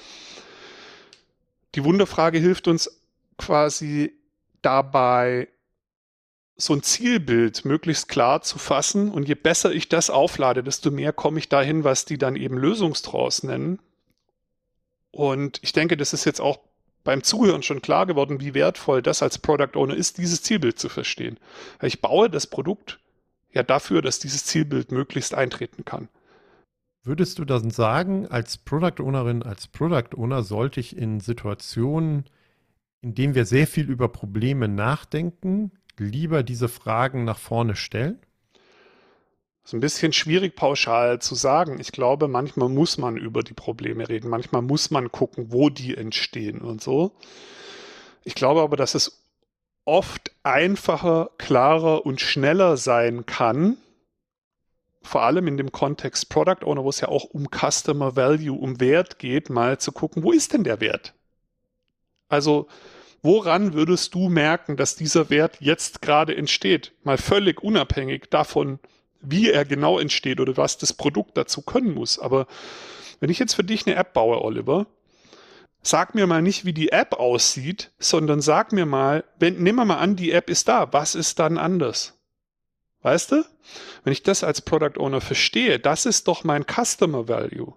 Die Wunderfrage hilft uns quasi dabei, so ein Zielbild möglichst klar zu fassen, und je besser ich das auflade, desto mehr komme ich dahin, was die dann eben Lösungstrance nennen. Und ich denke, das ist jetzt auch beim Zuhören schon klar geworden, wie wertvoll das als Product Owner ist, dieses Zielbild zu verstehen. Ich baue das Produkt ja dafür, dass dieses Zielbild möglichst eintreten kann. Würdest du dann sagen, als Product Ownerin, als Product Owner sollte ich in Situationen, in denen wir sehr viel über Probleme nachdenken, lieber diese Fragen nach vorne stellen? Das ist ein bisschen schwierig pauschal zu sagen. Ich glaube, manchmal muss man über die Probleme reden. Manchmal muss man gucken, wo die entstehen und so. Ich glaube aber, dass es oft einfacher, klarer und schneller sein kann, vor allem in dem Kontext Product Owner, wo es ja auch um Customer Value, um Wert geht, mal zu gucken, wo ist denn der Wert? Also, woran würdest du merken, dass dieser Wert jetzt gerade entsteht? Mal völlig unabhängig davon, wie er genau entsteht oder was das Produkt dazu können muss. Aber wenn ich jetzt für dich eine App baue, Oliver, sag mir mal nicht, wie die App aussieht, sondern sag mir mal, wenn, nehmen wir mal an, die App ist da, was ist dann anders? Weißt du? Wenn ich das als Product Owner verstehe, das ist doch mein Customer Value.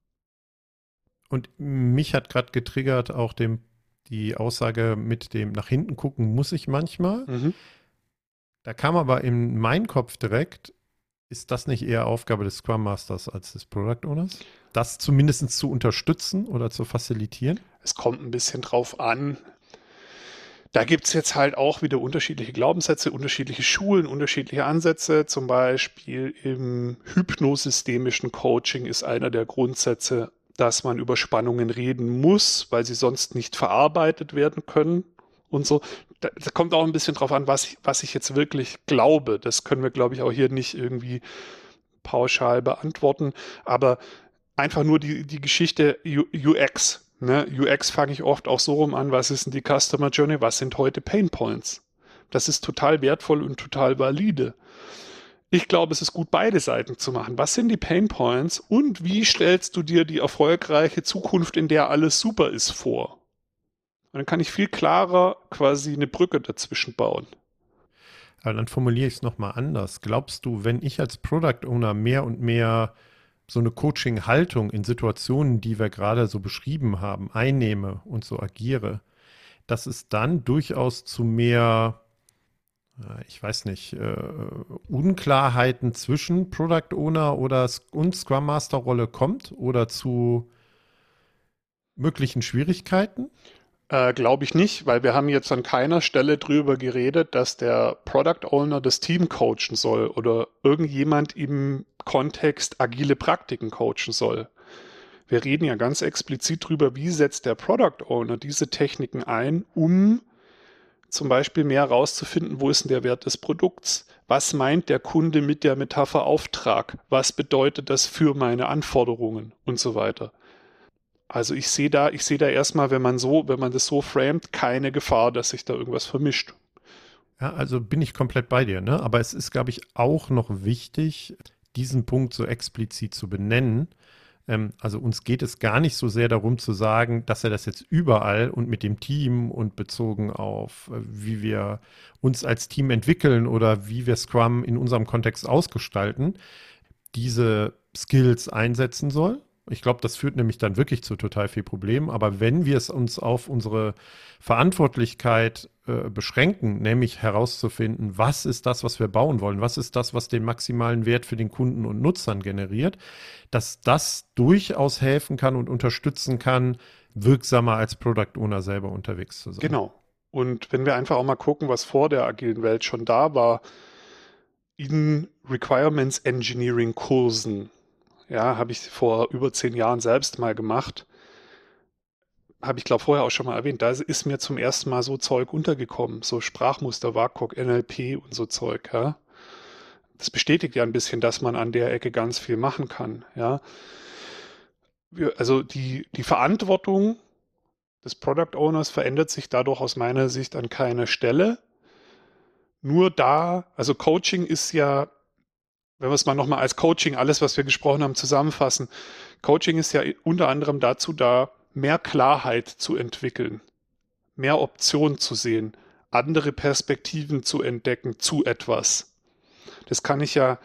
Und mich hat gerade getriggert auch dem, die Aussage mit dem nach hinten gucken muss ich manchmal. Mhm. Da kam aber in meinen Kopf direkt, ist das nicht eher Aufgabe des Scrum Masters als des Product Owners? Das zumindest zu unterstützen oder zu facilitieren? Es kommt ein bisschen drauf an. Da gibt es jetzt halt auch wieder unterschiedliche Glaubenssätze, unterschiedliche Schulen, unterschiedliche Ansätze. Zum Beispiel im hypnosystemischen Coaching ist einer der Grundsätze, dass man über Spannungen reden muss, weil sie sonst nicht verarbeitet werden können und so. Da, da kommt auch ein bisschen drauf an, was ich, was ich jetzt wirklich glaube. Das können wir, glaube ich, auch hier nicht irgendwie pauschal beantworten. Aber einfach nur die, die Geschichte U X. Ne? U X fange ich oft auch so rum an, was ist denn die Customer Journey, was sind heute Pain Points? Das ist total wertvoll und total valide. Ich glaube, es ist gut, beide Seiten zu machen. Was sind die Pain Points und wie stellst du dir die erfolgreiche Zukunft, in der alles super ist, vor? Und dann kann ich viel klarer quasi eine Brücke dazwischen bauen. Aber dann formuliere ich es nochmal anders. Glaubst du, wenn ich als Product Owner mehr und mehr so eine Coaching-Haltung in Situationen, die wir gerade so beschrieben haben, einnehme und so agiere, dass es dann durchaus zu mehr, ich weiß nicht, äh, Unklarheiten zwischen Product Owner oder und Scrum Master Rolle kommt oder zu möglichen Schwierigkeiten? Äh, glaube ich nicht, weil wir haben jetzt an keiner Stelle drüber geredet, dass der Product Owner das Team coachen soll oder irgendjemand im Kontext agile Praktiken coachen soll. Wir reden ja ganz explizit drüber, wie setzt der Product Owner diese Techniken ein, um zum Beispiel mehr herauszufinden, wo ist denn der Wert des Produkts? Was meint der Kunde mit der Metapher Auftrag? Was bedeutet das für meine Anforderungen und so weiter? Also ich sehe da, ich sehe da erstmal, wenn man so, wenn man das so framet, keine Gefahr, dass sich da irgendwas vermischt. Ja, also bin ich komplett bei dir, ne? Aber es ist, glaube ich, auch noch wichtig, diesen Punkt so explizit zu benennen. Ähm, also uns geht es gar nicht so sehr darum zu sagen, dass er das jetzt überall und mit dem Team und bezogen auf, äh, wie wir uns als Team entwickeln oder wie wir Scrum in unserem Kontext ausgestalten, diese Skills einsetzen soll. Ich glaube, das führt nämlich dann wirklich zu total viel Problemen. Aber wenn wir es uns auf unsere Verantwortlichkeit äh, beschränken, nämlich herauszufinden, was ist das, was wir bauen wollen, was ist das, was den maximalen Wert für den Kunden und Nutzern generiert, dass das durchaus helfen kann und unterstützen kann, wirksamer als Product Owner selber unterwegs zu sein. Genau. Und wenn wir einfach auch mal gucken, was vor der agilen Welt schon da war, in Requirements Engineering Kursen, ja, habe ich vor über zehn Jahren selbst mal gemacht. Habe ich, glaube vorher auch schon mal erwähnt. Da ist mir zum ersten Mal so Zeug untergekommen. So Sprachmuster, W A C O G, N L P und so Zeug, ja. Das bestätigt ja ein bisschen, dass man an der Ecke ganz viel machen kann, ja. Wir, also die, die Verantwortung des Product Owners verändert sich dadurch aus meiner Sicht an keiner Stelle. Nur da, also Coaching ist ja, wenn wir es mal nochmal als Coaching, alles, was wir gesprochen haben, zusammenfassen. Coaching ist ja unter anderem dazu da, mehr Klarheit zu entwickeln, mehr Optionen zu sehen, andere Perspektiven zu entdecken zu etwas. Das kann ich ja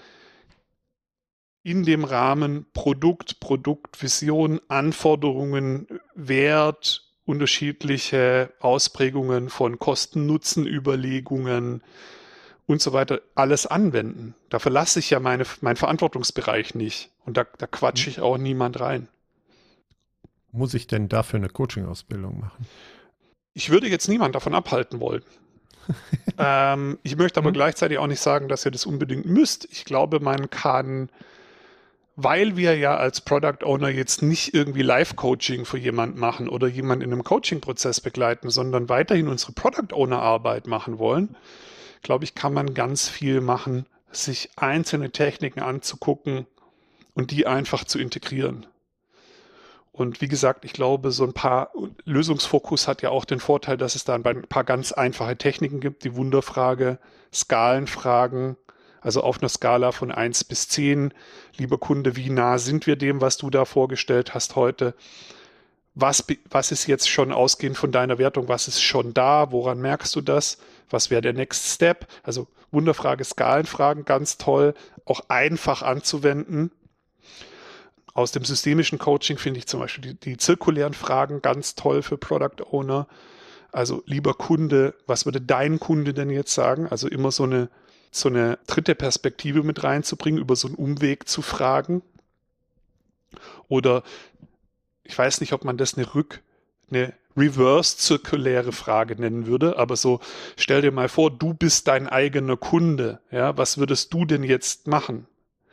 in dem Rahmen Produkt, Produktvision, Anforderungen, Wert unterschiedliche Ausprägungen von Kosten-Nutzen-Überlegungen und so weiter alles anwenden. Da verlasse ich ja meine, meinen Verantwortungsbereich nicht. Und da, da quatsche ich auch niemand rein. Muss ich denn dafür eine Coaching-Ausbildung machen? Ich würde jetzt niemand davon abhalten wollen. ähm, ich möchte aber hm? gleichzeitig auch nicht sagen, dass ihr das unbedingt müsst. Ich glaube, man kann, weil wir ja als Product Owner jetzt nicht irgendwie Live-Coaching für jemanden machen oder jemanden in einem Coaching-Prozess begleiten, sondern weiterhin unsere Product Owner-Arbeit machen wollen, glaube ich, kann man ganz viel machen, sich einzelne Techniken anzugucken und die einfach zu integrieren. Und wie gesagt, ich glaube, so ein paar Lösungsfokus hat ja auch den Vorteil, dass es da ein paar ganz einfache Techniken gibt. Die Wunderfrage, Skalenfragen, also auf einer Skala von eins bis zehn. Lieber Kunde, wie nah sind wir dem, was du da vorgestellt hast heute? Was, was ist jetzt schon ausgehend von deiner Wertung? Was ist schon da? Woran merkst du das? Was wäre der Next Step? Also Wunderfrage, Skalenfragen, ganz toll, auch einfach anzuwenden. Aus dem systemischen Coaching finde ich zum Beispiel die, die zirkulären Fragen ganz toll für Product Owner. Also lieber Kunde, was würde dein Kunde denn jetzt sagen? Also immer so eine, so eine dritte Perspektive mit reinzubringen, über so einen Umweg zu fragen. Oder ich weiß nicht, ob man das eine Rück, eine reverse-zirkuläre Frage nennen würde, aber so, stell dir mal vor, du bist dein eigener Kunde. Ja, was würdest du denn jetzt machen?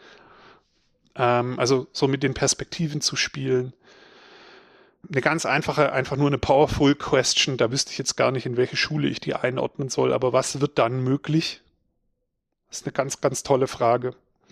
Also so mit den Perspektiven zu spielen. Eine ganz einfache, einfach nur eine Powerful Question, da wüsste ich jetzt gar nicht, in welche Schule ich die einordnen soll, aber was wird dann möglich? Das ist eine ganz, ganz tolle Frage.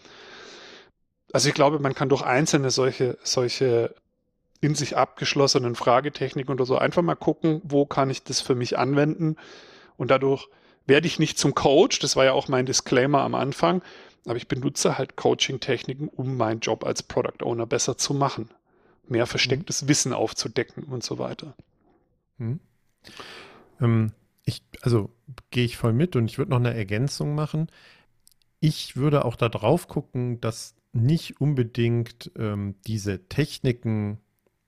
Also ich glaube, man kann durch einzelne solche, solche in sich abgeschlossenen Fragetechniken oder so einfach mal gucken, wo kann ich das für mich anwenden, und dadurch werde ich nicht zum Coach, das war ja auch mein Disclaimer am Anfang, aber ich benutze halt Coaching-Techniken, um meinen Job als Product Owner besser zu machen. Mehr verstecktes mhm. Wissen aufzudecken und so weiter. Mhm. Ähm, ich, also gehe ich voll mit, und ich würde noch eine Ergänzung machen. Ich würde auch da drauf gucken, dass nicht unbedingt ähm, diese Techniken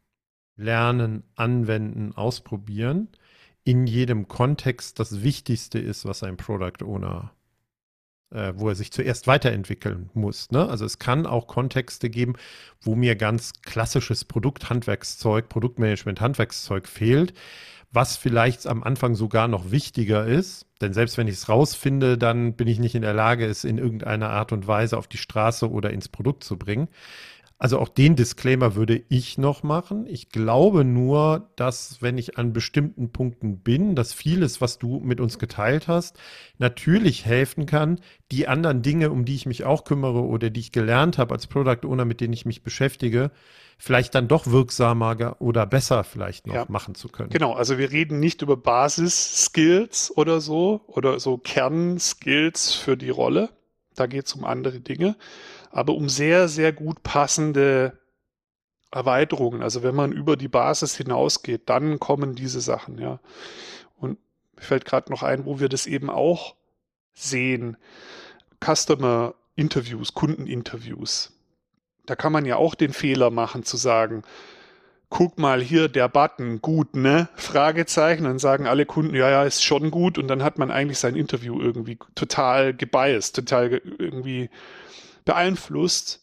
lernen, anwenden, ausprobieren in jedem Kontext das Wichtigste ist, was ein Product Owner Äh, wo er sich zuerst weiterentwickeln muss. Ne? Also es kann auch Kontexte geben, wo mir ganz klassisches Produkthandwerkszeug, Produktmanagement, Handwerkszeug fehlt, was vielleicht am Anfang sogar noch wichtiger ist. Denn selbst wenn ich es rausfinde, dann bin ich nicht in der Lage, es in irgendeiner Art und Weise auf die Straße oder ins Produkt zu bringen. Also auch den Disclaimer würde ich noch machen. Ich glaube nur, dass, wenn ich an bestimmten Punkten bin, dass vieles, was du mit uns geteilt hast, natürlich helfen kann, die anderen Dinge, um die ich mich auch kümmere oder die ich gelernt habe als Product Owner, mit denen ich mich beschäftige, vielleicht dann doch wirksamer oder besser vielleicht noch ja. machen zu können. Genau, also wir reden nicht über Basis-Skills oder so oder so Kernskills für die Rolle. Da geht es um andere Dinge. Aber um sehr, sehr gut passende Erweiterungen. Also wenn man über die Basis hinausgeht, dann kommen diese Sachen, ja. Und mir fällt gerade noch ein, wo wir das eben auch sehen. Customer Interviews, Kundeninterviews. Da kann man ja auch den Fehler machen zu sagen, guck mal hier, der Button, gut, ne? Fragezeichen. Dann sagen alle Kunden, ja, ja, ist schon gut. Und dann hat man eigentlich sein Interview irgendwie total gebiased, total irgendwie beeinflusst.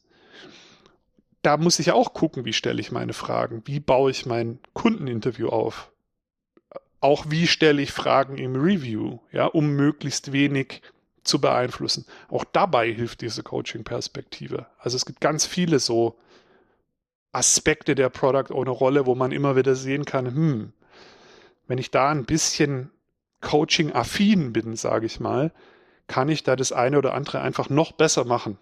Da muss ich auch gucken, wie stelle ich meine Fragen, wie baue ich mein Kundeninterview auf. Auch wie stelle ich Fragen im Review, ja, um möglichst wenig zu beeinflussen. Auch dabei hilft diese Coaching-Perspektive. Also es gibt ganz viele so Aspekte der Product-Owner-Rolle, wo man immer wieder sehen kann, hm, wenn ich da ein bisschen Coaching-affin bin, sage ich mal, kann ich da das eine oder andere einfach noch besser machen.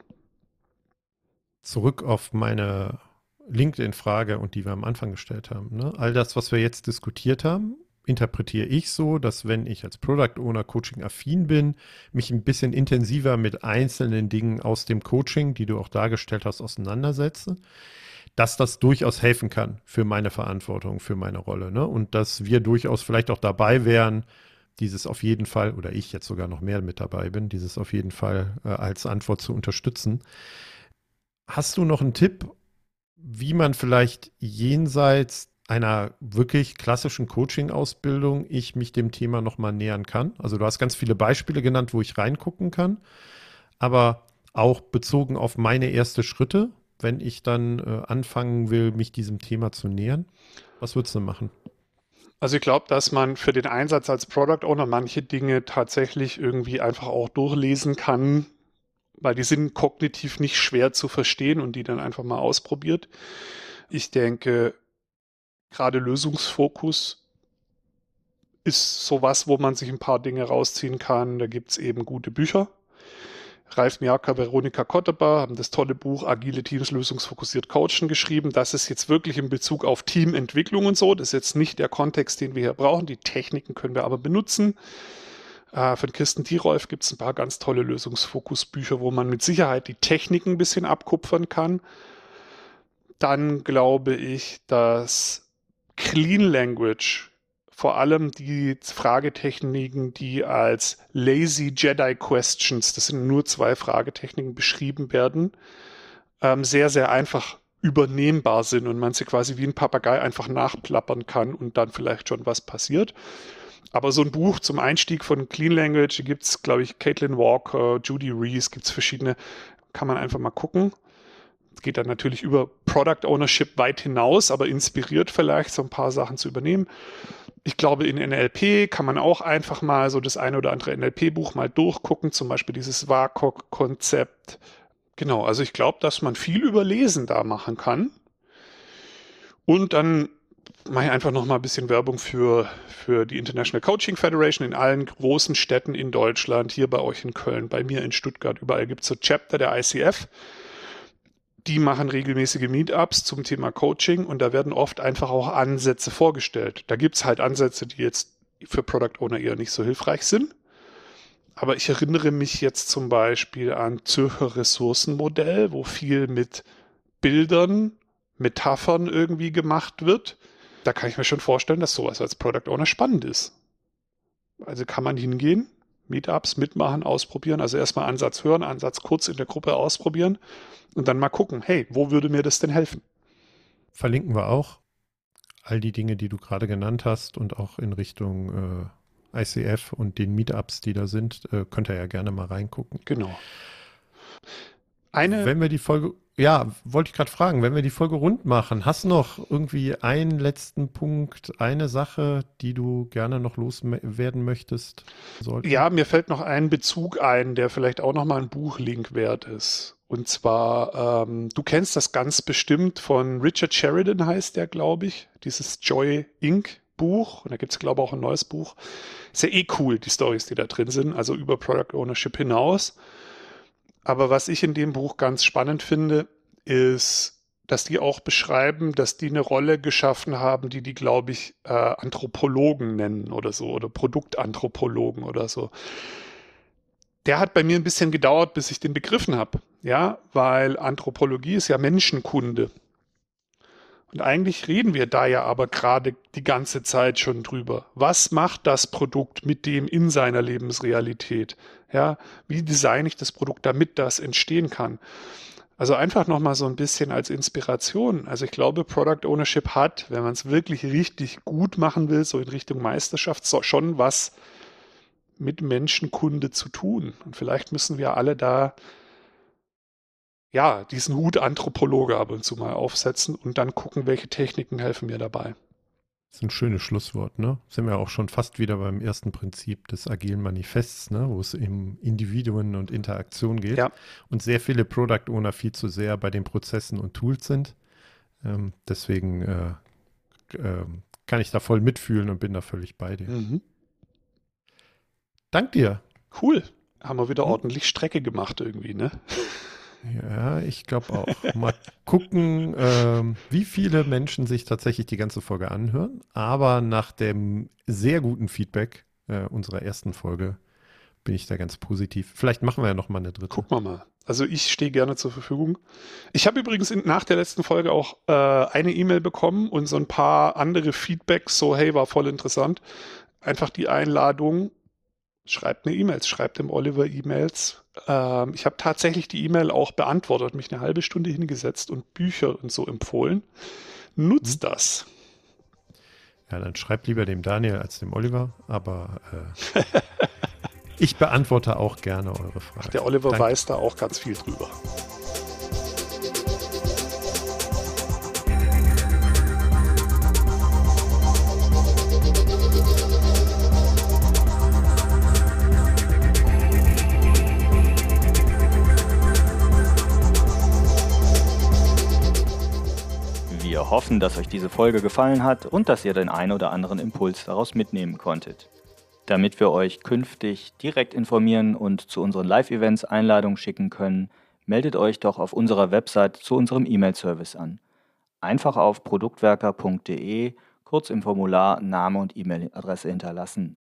Zurück auf meine LinkedIn-Frage und die wir am Anfang gestellt haben. Ne? All das, was wir jetzt diskutiert haben, interpretiere ich so, dass wenn ich als Product Owner Coaching-affin bin, mich ein bisschen intensiver mit einzelnen Dingen aus dem Coaching, die du auch dargestellt hast, auseinandersetze, dass das durchaus helfen kann für meine Verantwortung, für meine Rolle. Ne? Und dass wir durchaus vielleicht auch dabei wären, dieses auf jeden Fall, oder ich jetzt sogar noch mehr mit dabei bin, dieses auf jeden Fall äh, als Antwort zu unterstützen. Hast du noch einen Tipp, wie man vielleicht jenseits einer wirklich klassischen Coaching-Ausbildung ich mich dem Thema nochmal nähern kann. Also du hast ganz viele Beispiele genannt, wo ich reingucken kann, aber auch bezogen auf meine ersten Schritte, wenn ich dann äh, anfangen will, mich diesem Thema zu nähern. Was würdest du machen? Also ich glaube, dass man für den Einsatz als Product Owner manche Dinge tatsächlich irgendwie einfach auch durchlesen kann, weil die sind kognitiv nicht schwer zu verstehen und die dann einfach mal ausprobiert. Ich denke, gerade Lösungsfokus ist sowas, wo man sich ein paar Dinge rausziehen kann. Da gibt es eben gute Bücher. Ralf Miaka, Veronika Kotteber haben das tolle Buch Agile Teams lösungsfokussiert coachen geschrieben. Das ist jetzt wirklich in Bezug auf Teamentwicklung und so. Das ist jetzt nicht der Kontext, den wir hier brauchen. Die Techniken können wir aber benutzen. Äh, von Kirsten Dierolf gibt es ein paar ganz tolle Lösungsfokusbücher, wo man mit Sicherheit die Techniken ein bisschen abkupfern kann. Dann glaube ich, dass Clean Language, vor allem die Fragetechniken, die als Lazy Jedi Questions, das sind nur zwei Fragetechniken, beschrieben werden, ähm, sehr, sehr einfach übernehmbar sind und man sie quasi wie ein Papagei einfach nachplappern kann und dann vielleicht schon was passiert. Aber so ein Buch zum Einstieg von Clean Language gibt es, glaube ich, Caitlin Walker, Judy Rees, gibt es verschiedene, kann man einfach mal gucken. Es geht dann natürlich über Product Ownership weit hinaus, aber inspiriert vielleicht, so ein paar Sachen zu übernehmen. Ich glaube, in N L P kann man auch einfach mal so das eine oder andere N L P-Buch mal durchgucken, zum Beispiel dieses W A C O-Konzept. Genau, also ich glaube, dass man viel über Lesen da machen kann. Und dann mache ich einfach noch mal ein bisschen Werbung für, für die International Coaching Federation in allen großen Städten in Deutschland, hier bei euch in Köln, bei mir in Stuttgart, überall gibt es so Chapter der I C F. Die machen regelmäßige Meetups zum Thema Coaching und da werden oft einfach auch Ansätze vorgestellt. Da gibt es halt Ansätze, die jetzt für Product Owner eher nicht so hilfreich sind. Aber ich erinnere mich jetzt zum Beispiel an Zürcher Ressourcenmodell, wo viel mit Bildern, Metaphern irgendwie gemacht wird. Da kann ich mir schon vorstellen, dass sowas als Product Owner spannend ist. Also kann man hingehen, Meetups mitmachen, ausprobieren. Also erstmal Ansatz hören, Ansatz kurz in der Gruppe ausprobieren und dann mal gucken, hey, wo würde mir das denn helfen? Verlinken wir auch all die Dinge, die du gerade genannt hast und auch in Richtung äh, I C F und den Meetups, die da sind, äh, könnt ihr ja gerne mal reingucken. Genau. Eine Wenn wir die Folge, ja, wollte ich gerade fragen, wenn wir die Folge rund machen, hast du noch irgendwie einen letzten Punkt, eine Sache, die du gerne noch loswerden möchtest? Sollten? Ja, mir fällt noch ein Bezug ein, der vielleicht auch nochmal ein Buchlink wert ist. Und zwar, ähm, du kennst das ganz bestimmt von Richard Sheridan, heißt der, glaube ich, dieses Joy Incorporated Buch. Und da gibt es, glaube ich, auch ein neues Buch. Ist ja eh cool, die Storys, die da drin sind, also über Product Ownership hinaus. Aber was ich in dem Buch ganz spannend finde, ist, dass die auch beschreiben, dass die eine Rolle geschaffen haben, die die, glaube ich, äh, Anthropologen nennen oder so, oder Produktanthropologen oder so. Der hat bei mir ein bisschen gedauert, bis ich den begriffen habe, ja, weil Anthropologie ist ja Menschenkunde. Und eigentlich reden wir da ja aber gerade die ganze Zeit schon drüber. Was macht das Produkt mit dem in seiner Lebensrealität? Ja, wie designe ich das Produkt, damit das entstehen kann? Also einfach nochmal so ein bisschen als Inspiration. Also ich glaube, Product Ownership hat, wenn man es wirklich richtig gut machen will, so in Richtung Meisterschaft, so schon was mit Menschenkunde zu tun. Und vielleicht müssen wir alle da ja, diesen Hut Anthropologe ab und zu mal aufsetzen und dann gucken, welche Techniken helfen mir dabei. Das ist ein schönes Schlusswort, ne? Sind wir auch schon fast wieder beim ersten Prinzip des agilen Manifests, ne? Wo es um Individuen und Interaktion geht. Ja. Und sehr viele Product Owner viel zu sehr bei den Prozessen und Tools sind. Ähm, deswegen äh, äh, kann ich da voll mitfühlen und bin da völlig bei dir. Mhm. Dank dir. Cool. Haben wir wieder Hm. ordentlich Strecke gemacht irgendwie, ne? Ja, ich glaube auch. Mal gucken, ähm, wie viele Menschen sich tatsächlich die ganze Folge anhören. Aber nach dem sehr guten Feedback äh, unserer ersten Folge bin ich da ganz positiv. Vielleicht machen wir ja noch mal eine dritte. Gucken wir mal. Also ich stehe gerne zur Verfügung. Ich habe übrigens in, nach der letzten Folge auch äh, eine E-Mail bekommen und so ein paar andere Feedbacks, so hey, war voll interessant. Einfach die Einladung, schreibt mir E-Mails, schreibt dem Oliver E-Mails. Ähm, ich habe tatsächlich die E-Mail auch beantwortet, mich eine halbe Stunde hingesetzt und Bücher und so empfohlen. Nutzt mhm. das. Ja, dann schreibt lieber dem Daniel als dem Oliver, aber äh, ich beantworte auch gerne eure Fragen. Ach, der Oliver Danke. weiß da auch ganz viel drüber. Wir hoffen, dass euch diese Folge gefallen hat und dass ihr den ein oder anderen Impuls daraus mitnehmen konntet. Damit wir euch künftig direkt informieren und zu unseren Live-Events Einladungen schicken können, meldet euch doch auf unserer Website zu unserem E-Mail-Service an. Einfach auf produktwerker punkt de kurz im Formular Name und E-Mail-Adresse hinterlassen